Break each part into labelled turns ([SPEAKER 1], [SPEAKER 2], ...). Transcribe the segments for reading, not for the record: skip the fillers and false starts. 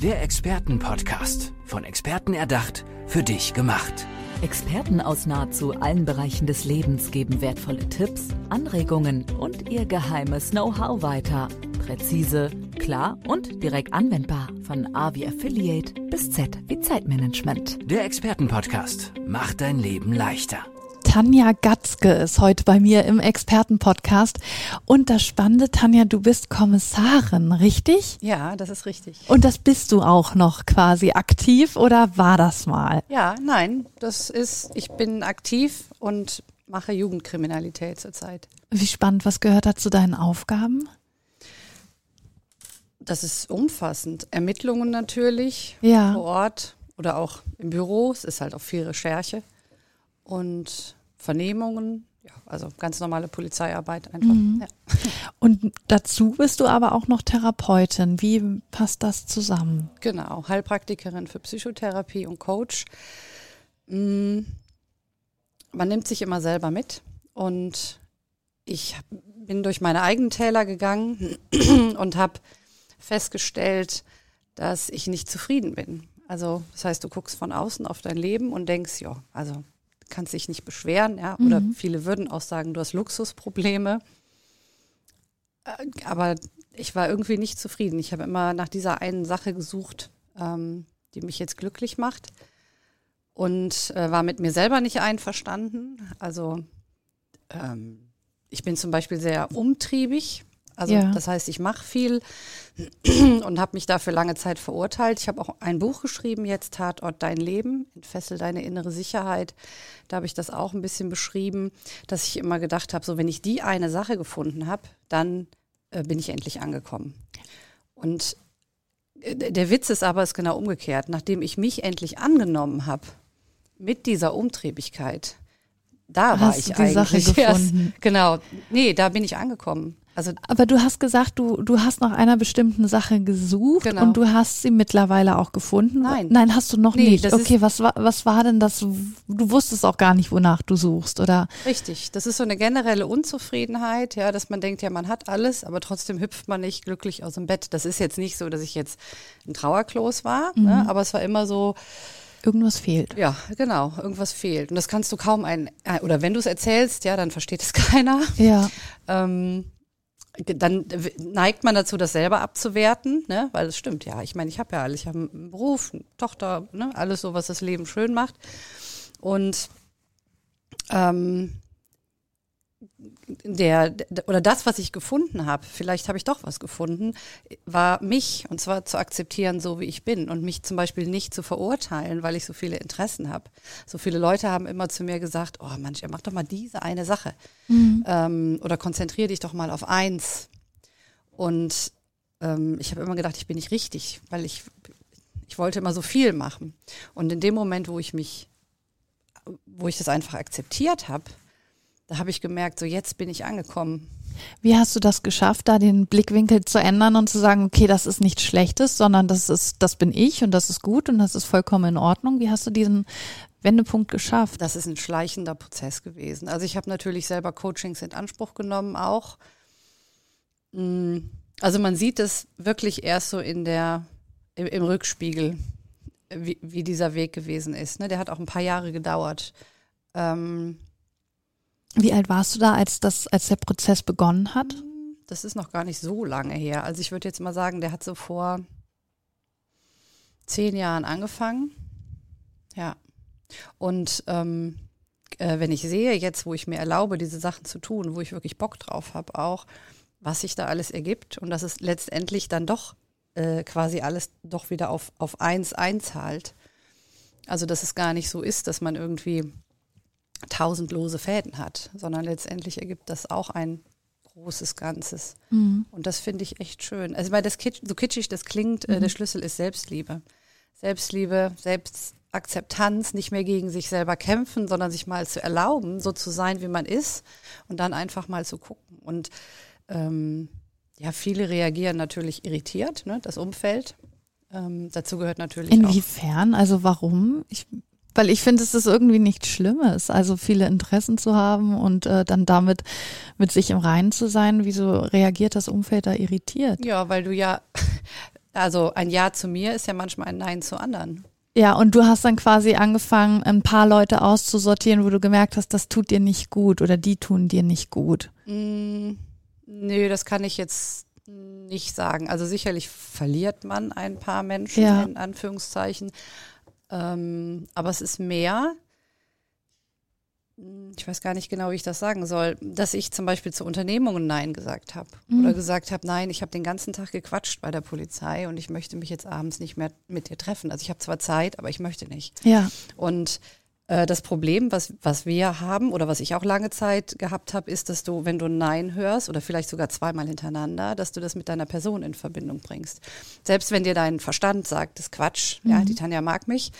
[SPEAKER 1] Der Experten-Podcast. Von Experten erdacht, für dich gemacht.
[SPEAKER 2] Experten aus nahezu allen Bereichen des Lebens geben wertvolle Tipps, Anregungen und ihr geheimes Know-how weiter. Präzise, klar und direkt anwendbar. Von A wie Affiliate bis Z wie Zeitmanagement.
[SPEAKER 1] Der Experten-Podcast macht dein Leben leichter.
[SPEAKER 3] Tanja Gatzke ist heute bei mir im Experten-Podcast. Und das Spannende, Tanja, du bist Kommissarin, richtig?
[SPEAKER 4] Ja, das ist richtig.
[SPEAKER 3] Und das bist du auch noch quasi aktiv oder war das mal?
[SPEAKER 4] Ja, nein, ich bin aktiv und mache Jugendkriminalität zurzeit.
[SPEAKER 3] Wie spannend, was gehört da zu deinen Aufgaben?
[SPEAKER 4] Das ist umfassend. Ermittlungen natürlich
[SPEAKER 3] Ja.
[SPEAKER 4] vor Ort oder auch im Büro. Es ist halt auch viel Recherche und Vernehmungen. Ja, also ganz normale Polizeiarbeit einfach. Ja.
[SPEAKER 3] Und dazu bist du aber auch noch Therapeutin. Wie passt das zusammen?
[SPEAKER 4] Genau, Heilpraktikerin für Psychotherapie und Coach. Man nimmt sich immer selber mit und ich bin durch meine eigenen Täler gegangen und habe festgestellt, dass ich nicht zufrieden bin. Also das heißt, du guckst von außen auf dein Leben und denkst, ja, also kannst dich nicht beschweren, ja, oder viele würden auch sagen, du hast Luxusprobleme. Aber ich war irgendwie nicht zufrieden. Ich habe immer nach dieser einen Sache gesucht, die mich jetzt glücklich macht und war mit mir selber nicht einverstanden. Also ich bin zum Beispiel sehr umtriebig. Also Das heißt, ich mache viel und habe mich dafür lange Zeit verurteilt. Ich habe auch ein Buch geschrieben, jetzt Tatort Dein Leben, entfessel deine innere Sicherheit. Da habe ich das auch ein bisschen beschrieben, dass ich immer gedacht habe, so wenn ich die eine Sache gefunden habe, dann bin ich endlich angekommen. Und der Witz ist aber, ist genau umgekehrt. Nachdem ich mich endlich angenommen habe mit dieser Umtriebigkeit, da war ich
[SPEAKER 3] die Sache
[SPEAKER 4] eigentlich
[SPEAKER 3] gefunden.
[SPEAKER 4] erst, genau, nee, da bin ich angekommen. Also,
[SPEAKER 3] aber du hast gesagt, du hast nach einer bestimmten Sache gesucht
[SPEAKER 4] Genau.
[SPEAKER 3] und du hast sie mittlerweile auch gefunden.
[SPEAKER 4] Nein.
[SPEAKER 3] Hast du noch
[SPEAKER 4] Nee,
[SPEAKER 3] nicht.
[SPEAKER 4] das
[SPEAKER 3] Okay, was war denn das? Du wusstest auch gar nicht, wonach du suchst, oder?
[SPEAKER 4] richtig, das ist so eine generelle Unzufriedenheit, ja, dass man denkt, ja, man hat alles, aber trotzdem hüpft man nicht glücklich aus dem Bett. Das ist jetzt nicht so, dass ich jetzt ein Trauerklos war, ne, aber es war immer so,
[SPEAKER 3] Irgendwas fehlt.
[SPEAKER 4] ja, genau, irgendwas fehlt. Und das kannst du kaum oder wenn du es erzählst, ja, dann versteht es keiner.
[SPEAKER 3] Ja.
[SPEAKER 4] Dann neigt man dazu, das selber abzuwerten, ne? Weil es stimmt, ja. Ich meine, ich habe ja alles. Ich habe einen Beruf, eine Tochter, ne? Alles so, was das Leben schön macht. Und das, was ich gefunden habe, vielleicht habe ich doch was gefunden, war mich, und zwar zu akzeptieren, so wie ich bin und mich zum Beispiel nicht zu verurteilen, weil ich so viele Interessen habe. So viele Leute haben immer zu mir gesagt, oh Mensch, mach doch mal diese eine Sache oder konzentriere dich doch mal auf eins. Und ich habe immer gedacht, ich bin nicht richtig, weil ich wollte immer so viel machen. Und in dem Moment, wo ich das einfach akzeptiert habe, da habe ich gemerkt, so jetzt bin ich angekommen.
[SPEAKER 3] Wie hast du das geschafft, da den Blickwinkel zu ändern und zu sagen, okay, das ist nichts Schlechtes, sondern das bin ich und das ist gut und das ist vollkommen in Ordnung? Wie hast du diesen Wendepunkt geschafft?
[SPEAKER 4] Das ist ein schleichender Prozess gewesen. Also ich habe natürlich selber Coachings in Anspruch genommen auch. Also man sieht es wirklich erst so im Rückspiegel, wie dieser Weg gewesen ist. Ne? Der hat auch ein paar Jahre gedauert.
[SPEAKER 3] Wie alt warst du da, als der Prozess begonnen hat?
[SPEAKER 4] Das ist noch gar nicht so lange her. Also ich würde jetzt mal sagen, der hat so vor 10 Jahren angefangen. Ja. Und wenn ich sehe jetzt, wo ich mir erlaube, diese Sachen zu tun, wo ich wirklich Bock drauf habe auch, was sich da alles ergibt und dass es letztendlich dann doch quasi alles doch wieder auf eins einzahlt. Also dass es gar nicht so ist, dass man irgendwie 1000 lose Fäden hat, sondern letztendlich ergibt das auch ein großes Ganzes. Und das finde ich echt schön. Also weil so kitschig das klingt, der Schlüssel ist Selbstliebe. Selbstliebe, Selbstakzeptanz, nicht mehr gegen sich selber kämpfen, sondern sich mal zu erlauben, so zu sein, wie man ist und dann einfach mal zu gucken. Und viele reagieren natürlich irritiert, ne, das Umfeld. Dazu gehört natürlich
[SPEAKER 3] Inwiefern? Also warum? Weil ich finde, es ist irgendwie nichts Schlimmes, also viele Interessen zu haben und dann damit mit sich im Reinen zu sein. Wieso reagiert das Umfeld da irritiert?
[SPEAKER 4] Ja, weil du ja Also ein Ja zu mir ist ja manchmal ein Nein zu anderen.
[SPEAKER 3] Ja, und du hast dann quasi angefangen, ein paar Leute auszusortieren, wo du gemerkt hast, das tut dir nicht gut oder die tun dir nicht gut.
[SPEAKER 4] Nö, das kann ich jetzt nicht sagen. Also sicherlich verliert man ein paar Menschen, in Anführungszeichen. Aber es ist mehr, ich weiß gar nicht genau, wie ich das sagen soll, dass ich zum Beispiel zu Unternehmungen Nein gesagt habe. Oder gesagt habe, nein, ich habe den ganzen Tag gequatscht bei der Polizei und ich möchte mich jetzt abends nicht mehr mit dir treffen. Also ich habe zwar Zeit, aber ich möchte nicht.
[SPEAKER 3] Ja.
[SPEAKER 4] Und das Problem, was wir haben oder was ich auch lange Zeit gehabt habe, ist, dass du, wenn du Nein hörst oder vielleicht sogar zweimal hintereinander, dass du das mit deiner Person in Verbindung bringst. Selbst wenn dir dein Verstand sagt, das ist Quatsch, ja, die Tanja mag mich,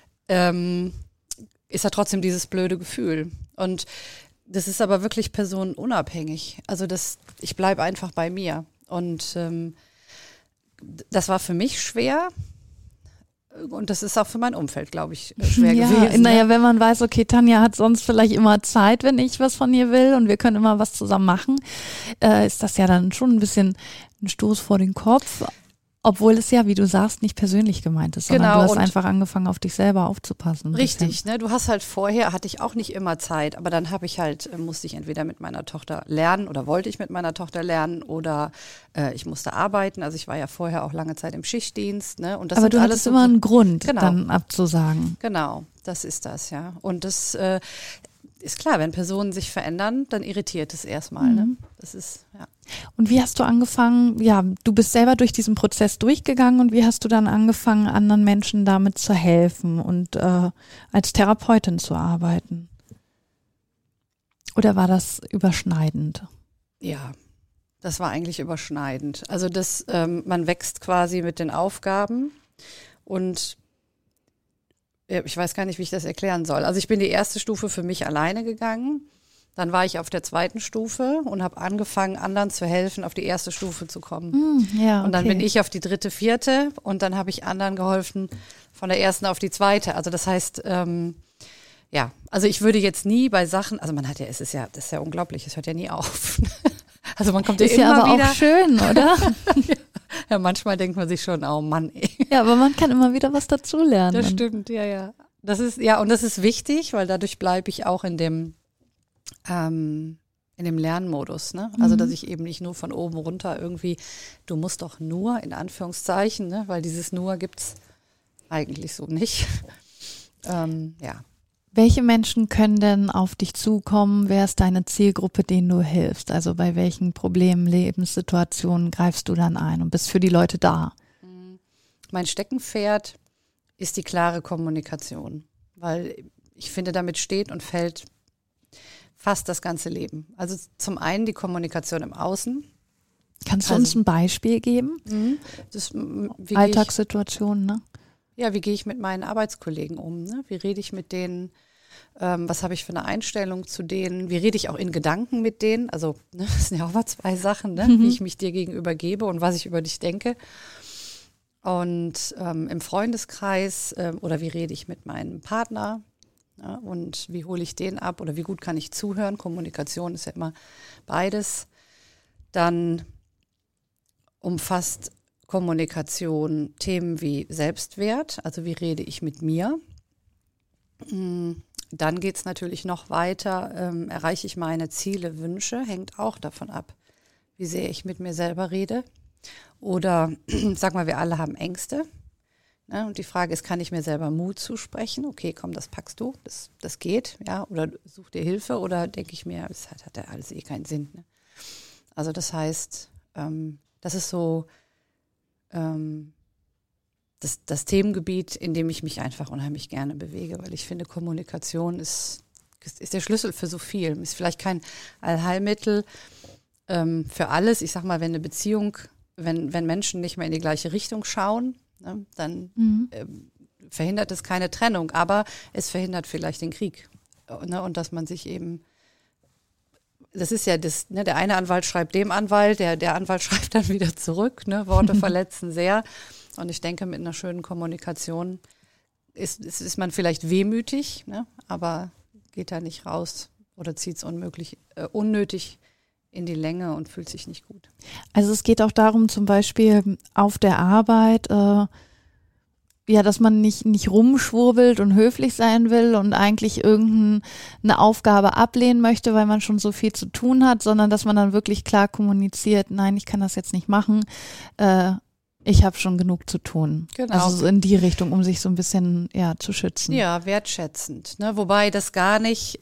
[SPEAKER 4] ist ja trotzdem dieses blöde Gefühl. Und das ist aber wirklich personenunabhängig. Also ich bleibe einfach bei mir. Und das war für mich schwer. Und das ist auch für mein Umfeld, glaube ich, schwer gewesen.
[SPEAKER 3] Naja, wenn man weiß, okay, Tanja hat sonst vielleicht immer Zeit, wenn ich was von ihr will und wir können immer was zusammen machen, ist das ja dann schon ein bisschen ein Stoß vor den Kopf. Obwohl es ja, wie du sagst, nicht persönlich gemeint ist, sondern du hast einfach angefangen, auf dich selber aufzupassen.
[SPEAKER 4] Richtig, ne? Du hast halt vorher, hatte ich auch nicht immer Zeit, aber dann musste ich entweder mit meiner Tochter lernen oder wollte ich mit meiner Tochter lernen oder ich musste arbeiten. Also ich war ja vorher auch lange Zeit im Schichtdienst. Ne? Und das
[SPEAKER 3] aber du hattest immer einen Grund,
[SPEAKER 4] genau,
[SPEAKER 3] dann abzusagen.
[SPEAKER 4] Genau, das ist das, ja. Und das ist klar, wenn Personen sich verändern, dann irritiert es erstmal. Ne? Das ist, ja.
[SPEAKER 3] Und wie hast du angefangen, du bist selber durch diesen Prozess durchgegangen und wie hast du dann angefangen, anderen Menschen damit zu helfen und als Therapeutin zu arbeiten? Oder war das überschneidend?
[SPEAKER 4] Ja, das war eigentlich überschneidend. Also man wächst quasi mit den Aufgaben und ich weiß gar nicht, wie ich das erklären soll. Also ich bin die erste Stufe für mich alleine gegangen. Dann war ich auf der zweiten Stufe und habe angefangen, anderen zu helfen, auf die erste Stufe zu kommen.
[SPEAKER 3] Ja, okay.
[SPEAKER 4] Und dann bin ich auf die dritte, vierte und dann habe ich anderen geholfen von der ersten auf die zweite. Also das heißt, also ich würde jetzt nie bei Sachen, also man hat ja, das ist ja unglaublich, es hört ja nie auf. Also man kommt ja immer
[SPEAKER 3] aber
[SPEAKER 4] wieder.
[SPEAKER 3] Auch schön, oder?
[SPEAKER 4] Ja, manchmal denkt man sich schon, oh Mann, ey.
[SPEAKER 3] Ja, aber man kann immer wieder was dazulernen.
[SPEAKER 4] Das stimmt, ja. Das ist wichtig, weil dadurch bleibe ich auch in dem Lernmodus, ne? Also, dass ich eben nicht nur von oben runter irgendwie, du musst doch nur, in Anführungszeichen, ne? Weil dieses nur gibt's eigentlich so nicht. Ja.
[SPEAKER 3] Welche Menschen können denn auf dich zukommen? Wer ist deine Zielgruppe, denen du hilfst? Also bei welchen Problemen, Lebenssituationen greifst du dann ein und bist für die Leute da?
[SPEAKER 4] Mein Steckenpferd ist die klare Kommunikation, weil ich finde, damit steht und fällt fast das ganze Leben. Also zum einen die Kommunikation im Außen.
[SPEAKER 3] Kannst du uns ein Beispiel geben? Alltagssituationen, ne?
[SPEAKER 4] Ja, wie gehe ich mit meinen Arbeitskollegen um? Ne? Wie rede ich mit denen? Was habe ich für eine Einstellung zu denen? Wie rede ich auch in Gedanken mit denen? Also das sind ja auch mal zwei Sachen, ne? Wie ich mich dir gegenüber gebe und was ich über dich denke. Und im Freundeskreis oder wie rede ich mit meinem Partner? Ja, und wie hole ich den ab oder wie gut kann ich zuhören? Kommunikation ist ja immer beides. Dann umfasst Kommunikation Themen wie Selbstwert, also wie rede ich mit mir. Dann geht es natürlich noch weiter, erreiche ich meine Ziele, Wünsche, hängt auch davon ab, wie sehr ich mit mir selber rede. Oder sag mal, wir alle haben Ängste. Ne? Und die Frage ist, kann ich mir selber Mut zusprechen? Okay, komm, das packst du, das geht. Ja? Oder such dir Hilfe oder denke ich mir, das hat ja alles keinen Sinn. Ne? Also das heißt, das ist so das Themengebiet, in dem ich mich einfach unheimlich gerne bewege, weil ich finde, Kommunikation ist der Schlüssel für so viel. Ist vielleicht kein Allheilmittel für alles. Ich sag mal, wenn eine Beziehung, wenn Menschen nicht mehr in die gleiche Richtung schauen, ne, dann verhindert es keine Trennung, aber es verhindert vielleicht den Krieg. Ne, und dass man sich eben, das ist ja das, ne, der eine Anwalt schreibt dem Anwalt, der Anwalt schreibt dann wieder zurück, ne, Worte verletzen sehr. Und ich denke, mit einer schönen Kommunikation ist man vielleicht wehmütig, ne, aber geht da nicht raus oder zieht es unnötig in die Länge und fühlt sich nicht gut.
[SPEAKER 3] Also es geht auch darum, zum Beispiel auf der Arbeit, dass man nicht rumschwurbelt und höflich sein will und eigentlich irgendeine Aufgabe ablehnen möchte, weil man schon so viel zu tun hat, sondern dass man dann wirklich klar kommuniziert, nein, ich kann das jetzt nicht machen, ich habe schon genug zu tun.
[SPEAKER 4] Genau.
[SPEAKER 3] Also so in die Richtung, um sich so ein bisschen zu schützen.
[SPEAKER 4] Ja, wertschätzend. Ne? Wobei das gar nicht,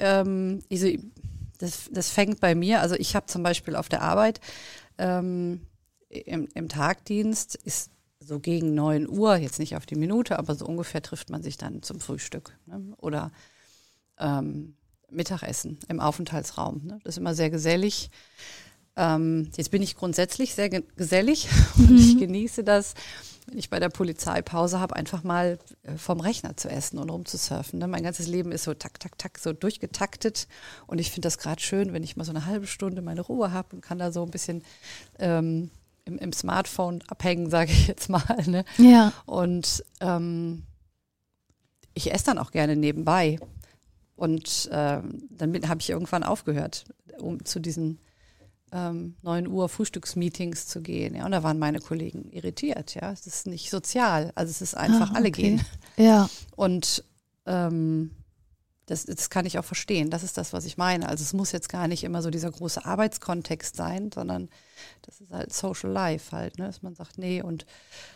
[SPEAKER 4] das fängt bei mir, also ich habe zum Beispiel auf der Arbeit im Tagdienst ist so gegen 9 Uhr, jetzt nicht auf die Minute, aber so ungefähr trifft man sich dann zum Frühstück, ne? Oder Mittagessen im Aufenthaltsraum. Ne? Das ist immer sehr gesellig. Jetzt bin ich grundsätzlich sehr gesellig und ich genieße das, wenn ich bei der Polizeipause habe, einfach mal vom Rechner zu essen und rumzusurfen. Ne? Mein ganzes Leben ist so tak, tak, tak, so durchgetaktet und ich finde das gerade schön, wenn ich mal so eine halbe Stunde meine Ruhe habe und kann da so ein bisschen im Smartphone abhängen, sage ich jetzt mal. Ne?
[SPEAKER 3] Ja.
[SPEAKER 4] Und ich esse dann auch gerne nebenbei. Und dann habe ich irgendwann aufgehört, um zu diesen 9 Uhr Frühstücksmeetings zu gehen. Ja, und da waren meine Kollegen irritiert. Ja, es ist nicht sozial. Also es ist einfach alle gehen.
[SPEAKER 3] Ja.
[SPEAKER 4] Und das kann ich auch verstehen. Das ist das, was ich meine. Also es muss jetzt gar nicht immer so dieser große Arbeitskontext sein, sondern das ist halt Social Life halt, ne? Dass man sagt, nee, und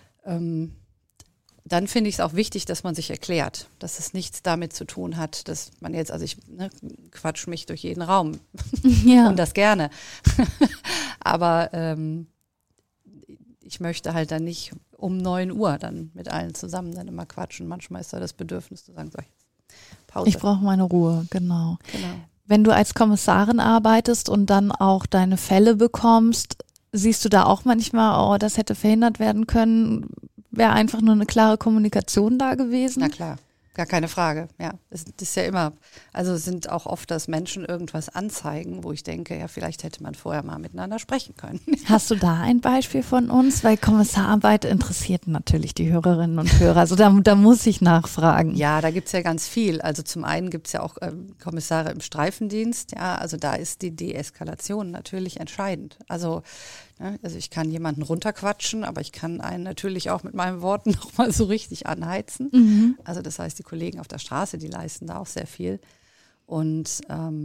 [SPEAKER 4] dann finde ich es auch wichtig, dass man sich erklärt, dass es nichts damit zu tun hat, dass man jetzt, also ich quatsch mich durch jeden Raum
[SPEAKER 3] Ja.
[SPEAKER 4] und das gerne. Aber ich möchte halt dann nicht um 9 Uhr dann mit allen zusammen dann immer quatschen. Manchmal ist da das Bedürfnis zu sagen, so, Pause.
[SPEAKER 3] Ich brauche meine Ruhe, genau.
[SPEAKER 4] Genau.
[SPEAKER 3] Wenn du als Kommissarin arbeitest und dann auch deine Fälle bekommst, siehst du da auch manchmal, oh, das hätte verhindert werden können? Wäre einfach nur eine klare Kommunikation da gewesen?
[SPEAKER 4] Na klar, gar keine Frage. Ja, das ist ja immer, also es sind auch oft, dass Menschen irgendwas anzeigen, wo ich denke, ja, vielleicht hätte man vorher mal miteinander sprechen können.
[SPEAKER 3] Hast du da ein Beispiel von uns? Weil Kommissararbeit interessiert natürlich die Hörerinnen und Hörer. Also da muss ich nachfragen.
[SPEAKER 4] Ja, da gibt's ja ganz viel. Also zum einen gibt's ja auch Kommissare im Streifendienst. Ja, also da ist die Deeskalation natürlich entscheidend. Also ich kann jemanden runterquatschen, aber ich kann einen natürlich auch mit meinen Worten nochmal so richtig anheizen.
[SPEAKER 3] Mhm.
[SPEAKER 4] Also das heißt, die Kollegen auf der Straße, die leisten da auch sehr viel. Und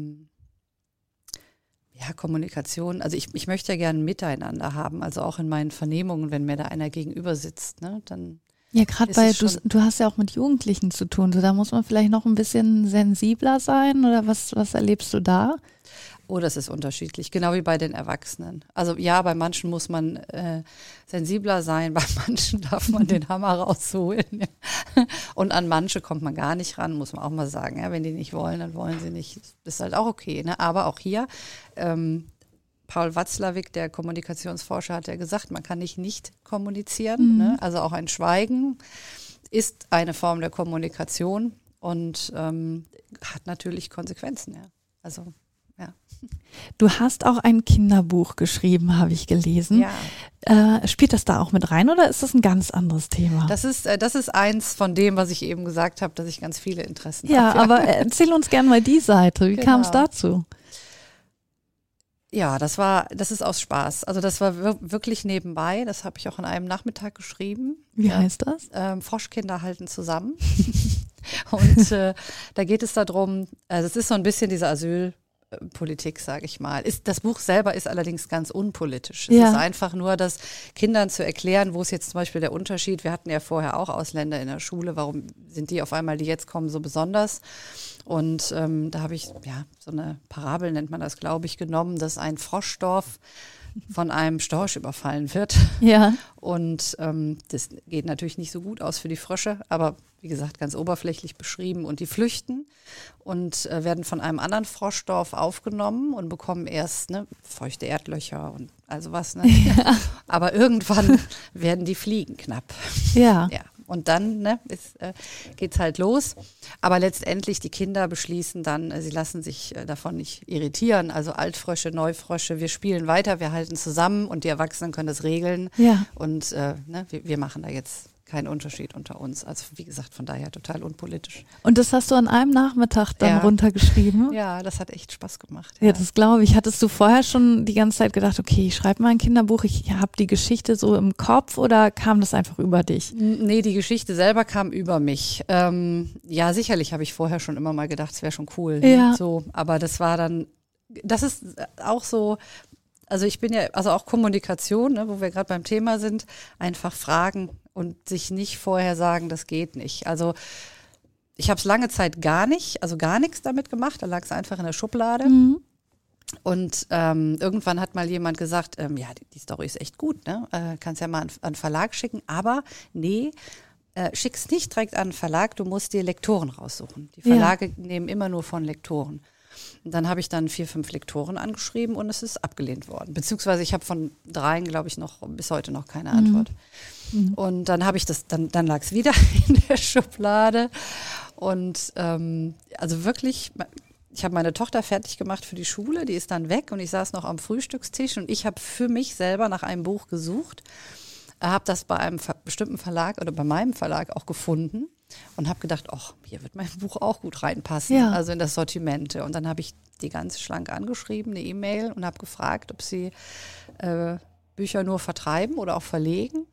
[SPEAKER 4] Kommunikation, also ich möchte ja gerne ein Miteinander haben, also auch in meinen Vernehmungen, wenn mir da einer gegenüber sitzt, ne, dann
[SPEAKER 3] ja, gerade weil du hast ja auch mit Jugendlichen zu tun, so, da muss man vielleicht noch ein bisschen sensibler sein oder was erlebst du da?
[SPEAKER 4] Oh, das ist unterschiedlich, genau wie bei den Erwachsenen. Also ja, bei manchen muss man sensibler sein, bei manchen darf man den Hammer rausholen. Ja. Und an manche kommt man gar nicht ran, muss man auch mal sagen. Ja, wenn die nicht wollen, dann wollen sie nicht. Das ist halt auch okay. Ne? Aber auch hier, Paul Watzlawick, der Kommunikationsforscher, hat ja gesagt, man kann nicht kommunizieren. Ne? Also auch ein Schweigen ist eine Form der Kommunikation und hat natürlich Konsequenzen. Ja. Also ja.
[SPEAKER 3] Du hast auch ein Kinderbuch geschrieben, habe ich gelesen.
[SPEAKER 4] Ja.
[SPEAKER 3] Spielt das da auch mit rein oder ist das ein ganz anderes Thema?
[SPEAKER 4] Das ist eins von dem, was ich eben gesagt habe, dass ich ganz viele Interessen habe.
[SPEAKER 3] Ja, aber erzähl uns gerne mal die Seite. Wie kam es dazu?
[SPEAKER 4] Ja, das ist aus Spaß. Also das war wirklich nebenbei. Das habe ich auch an einem Nachmittag geschrieben.
[SPEAKER 3] Wie heißt das?
[SPEAKER 4] Froschkinder halten zusammen. Und da geht es darum, also es ist so ein bisschen diese Asylpolitik, sage ich mal. Das Buch selber ist allerdings ganz unpolitisch. Es ist einfach nur, das Kindern zu erklären, wo ist jetzt zum Beispiel der Unterschied. Wir hatten ja vorher auch Ausländer in der Schule. Warum sind die auf einmal, die jetzt kommen, so besonders? Und da habe ich, so eine Parabel nennt man das, glaube ich, genommen, dass ein Froschdorf von einem Storch überfallen wird.
[SPEAKER 3] Ja.
[SPEAKER 4] Und das geht natürlich nicht so gut aus für die Frösche, aber wie gesagt, ganz oberflächlich beschrieben. Und die flüchten und werden von einem anderen Froschdorf aufgenommen und bekommen erst feuchte Erdlöcher und also was. Ne? Ja. Aber irgendwann werden die Fliegen knapp.
[SPEAKER 3] Ja.
[SPEAKER 4] Ja. Und dann geht's halt los. Aber letztendlich, die Kinder beschließen dann, sie lassen sich davon nicht irritieren. Also Altfrösche, Neufrösche, wir spielen weiter, wir halten zusammen und die Erwachsenen können das regeln.
[SPEAKER 3] Ja.
[SPEAKER 4] Und wir machen da jetzt kein Unterschied unter uns. Also wie gesagt, von daher total unpolitisch.
[SPEAKER 3] Und das hast du an einem Nachmittag dann runtergeschrieben?
[SPEAKER 4] Ja, das hat echt Spaß gemacht.
[SPEAKER 3] Ja, das glaube ich. Hattest du vorher schon die ganze Zeit gedacht, okay, ich schreibe mal ein Kinderbuch, ich habe die Geschichte so im Kopf oder kam das einfach über dich?
[SPEAKER 4] Nee, die Geschichte selber kam über mich. Ja, sicherlich habe ich vorher schon immer mal gedacht, es wäre schon cool.
[SPEAKER 3] Ja.
[SPEAKER 4] So, aber das war dann, das ist auch so. Also ich bin ja, also auch Kommunikation, ne, wo wir gerade beim Thema sind, einfach fragen und sich nicht vorher sagen, das geht nicht. Also ich habe es lange Zeit gar nichts damit gemacht, da lag es einfach in der Schublade.
[SPEAKER 3] Mhm.
[SPEAKER 4] Und irgendwann hat mal jemand gesagt, ja, die Story ist echt gut, ne? Kannst ja mal an einen Verlag schicken, aber nee, schick's nicht direkt an einen Verlag, du musst dir Lektoren raussuchen. Die Verlage nehmen immer nur von Lektoren. Und dann habe ich dann 4, 5 Lektoren angeschrieben und es ist abgelehnt worden. Beziehungsweise ich habe von 3, glaube ich, noch bis heute noch keine Antwort. Mhm. Und dann habe ich dann lag es wieder in der Schublade. Und also wirklich, ich habe meine Tochter fertig gemacht für die Schule, die ist dann weg und ich saß noch am Frühstückstisch und ich habe für mich selber nach einem Buch gesucht, habe das bei einem bestimmten Verlag oder bei meinem Verlag auch gefunden. Und habe gedacht, ach, hier wird mein Buch auch gut reinpassen, also in das Sortimente. Und dann habe ich die ganze Schlanke angeschrieben, eine E-Mail und habe gefragt, ob sie Bücher nur vertreiben oder auch verlegen.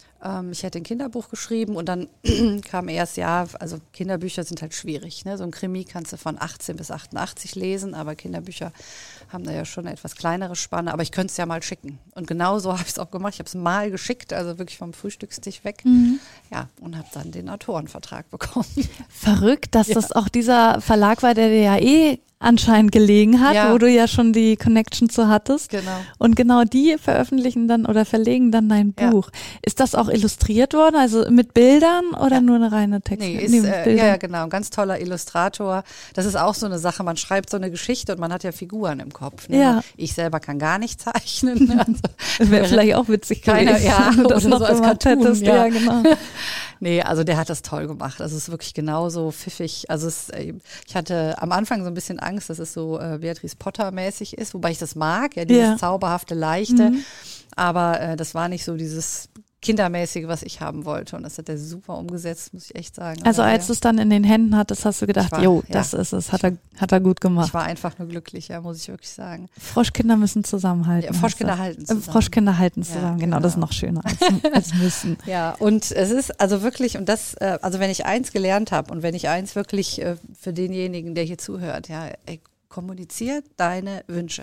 [SPEAKER 4] Ich hätte ein Kinderbuch geschrieben und dann kam erst, also Kinderbücher sind halt schwierig. Ne? So ein Krimi kannst du von 18 bis 88 lesen, aber Kinderbücher haben da ja schon eine etwas kleinere Spanne. Aber ich könnte es ja mal schicken. Und genau so habe ich es auch gemacht. Ich habe es mal geschickt, also wirklich vom Frühstückstisch weg. Mhm. Ja, und habe dann den Autorenvertrag bekommen.
[SPEAKER 3] Verrückt, dass das auch dieser Verlag war, der dir ja anscheinend gelegen hat, wo du ja schon die Connection zu hattest. Genau. Und genau die veröffentlichen dann oder verlegen dann dein Buch. Ist das auch illustriert worden, also mit Bildern oder nur eine reine Text?
[SPEAKER 4] Nee, ist, genau, ein ganz toller Illustrator. Das ist auch so eine Sache, man schreibt so eine Geschichte und man hat ja Figuren im Kopf. Ne? Ja. Ich selber kann gar nicht zeichnen. Also,
[SPEAKER 3] das wäre vielleicht auch witzig gewesen, wenn du das noch so als Cartoon hättest. Ja, genau.
[SPEAKER 4] Nee, also der hat das toll gemacht. Also es ist wirklich genauso pfiffig. Also ich hatte am Anfang so ein bisschen Angst, dass es so Beatrice Potter-mäßig ist, wobei ich das mag, dieses zauberhafte, leichte. Mhm. Aber das war nicht so dieses Kindermäßige, was ich haben wollte. Und das hat er super umgesetzt, muss ich echt sagen.
[SPEAKER 3] Also als du es dann in den Händen hattest, hast du gedacht, das ist es, hat er gut gemacht.
[SPEAKER 4] Ich war einfach nur glücklich, muss ich wirklich sagen.
[SPEAKER 3] Froschkinder müssen zusammenhalten.
[SPEAKER 4] Ja, Froschkinder halten zusammen.
[SPEAKER 3] Froschkinder halten zusammen, genau, das ist noch schöner als müssen.
[SPEAKER 4] Ja, und es ist also wirklich, und das, also wenn ich eins gelernt habe und wenn ich eins wirklich für denjenigen, der hier zuhört, kommuniziert deine Wünsche.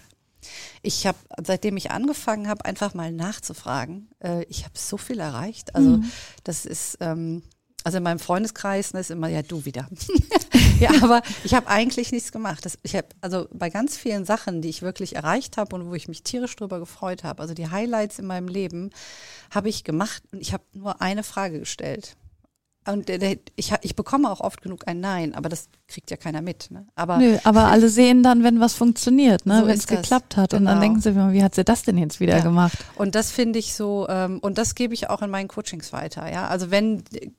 [SPEAKER 4] Ich habe, seitdem ich angefangen habe, einfach mal nachzufragen, ich habe so viel erreicht. Also das ist, also in meinem Freundeskreis ist immer, du wieder. Ja, aber ich habe eigentlich nichts gemacht. Ich habe also bei ganz vielen Sachen, die ich wirklich erreicht habe und wo ich mich tierisch drüber gefreut habe, also die Highlights in meinem Leben, habe ich gemacht und ich habe nur eine Frage gestellt. Und ich bekomme auch oft genug ein Nein, aber das kriegt ja keiner mit. Ne? Aber
[SPEAKER 3] alle sehen dann, wenn was funktioniert, ne? So wenn es geklappt hat. Genau. Und dann denken sie, wie hat sie das denn jetzt wieder gemacht?
[SPEAKER 4] Und das finde ich so, und das gebe ich auch in meinen Coachings weiter. Ja? Also wenn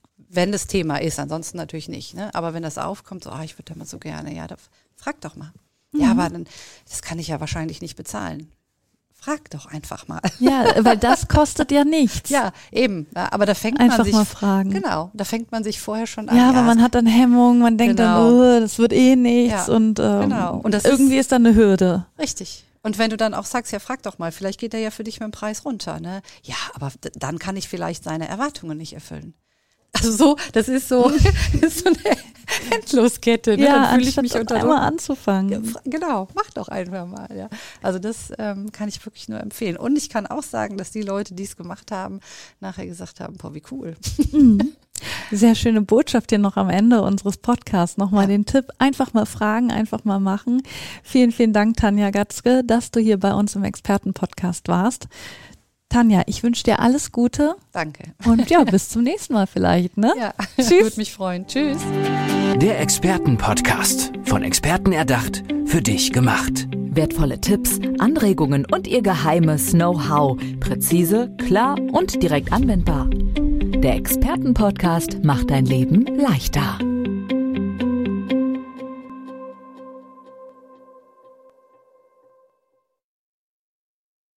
[SPEAKER 4] das Thema ist, ansonsten natürlich nicht. Ne? Aber wenn das aufkommt, so, ich würde da mal so gerne, frag doch mal. Mhm. Ja, aber dann, das kann ich ja wahrscheinlich nicht bezahlen. Frag doch einfach mal.
[SPEAKER 3] Ja, weil das kostet ja nichts.
[SPEAKER 4] Ja, eben. Ja, aber da fängt
[SPEAKER 3] einfach
[SPEAKER 4] man sich
[SPEAKER 3] mal fragen.
[SPEAKER 4] Genau, da fängt man sich vorher schon an.
[SPEAKER 3] Ja, aber man hat dann Hemmung, man denkt dann, das wird nichts und das irgendwie ist dann eine Hürde.
[SPEAKER 4] Richtig. Und wenn du dann auch sagst, frag doch mal, vielleicht geht er ja für dich mit dem Preis runter, ne? Ja, aber dann kann ich vielleicht seine Erwartungen nicht erfüllen. Also so, das ist so eine Endloskette. Ne?
[SPEAKER 3] Ja,
[SPEAKER 4] dann fühle ich mich unter Druck.
[SPEAKER 3] Einmal anzufangen.
[SPEAKER 4] Ja, genau, mach doch einfach mal. Ja. Also das kann ich wirklich nur empfehlen. Und ich kann auch sagen, dass die Leute, die es gemacht haben, nachher gesagt haben, boah, wie cool.
[SPEAKER 3] Sehr schöne Botschaft hier noch am Ende unseres Podcasts. Nochmal den Tipp, einfach mal fragen, einfach mal machen. Vielen, vielen Dank, Tanja Gatzke, dass du hier bei uns im Expertenpodcast warst. Tanja, ich wünsche dir alles Gute.
[SPEAKER 4] Danke.
[SPEAKER 3] Und bis zum nächsten Mal vielleicht, ne?
[SPEAKER 4] Ja,
[SPEAKER 3] tschüss.
[SPEAKER 4] Würde mich freuen. Tschüss.
[SPEAKER 1] Der Expertenpodcast, von Experten erdacht, für dich gemacht.
[SPEAKER 2] Wertvolle Tipps, Anregungen und ihr geheimes Know-how. Präzise, klar und direkt anwendbar. Der Expertenpodcast macht dein Leben leichter.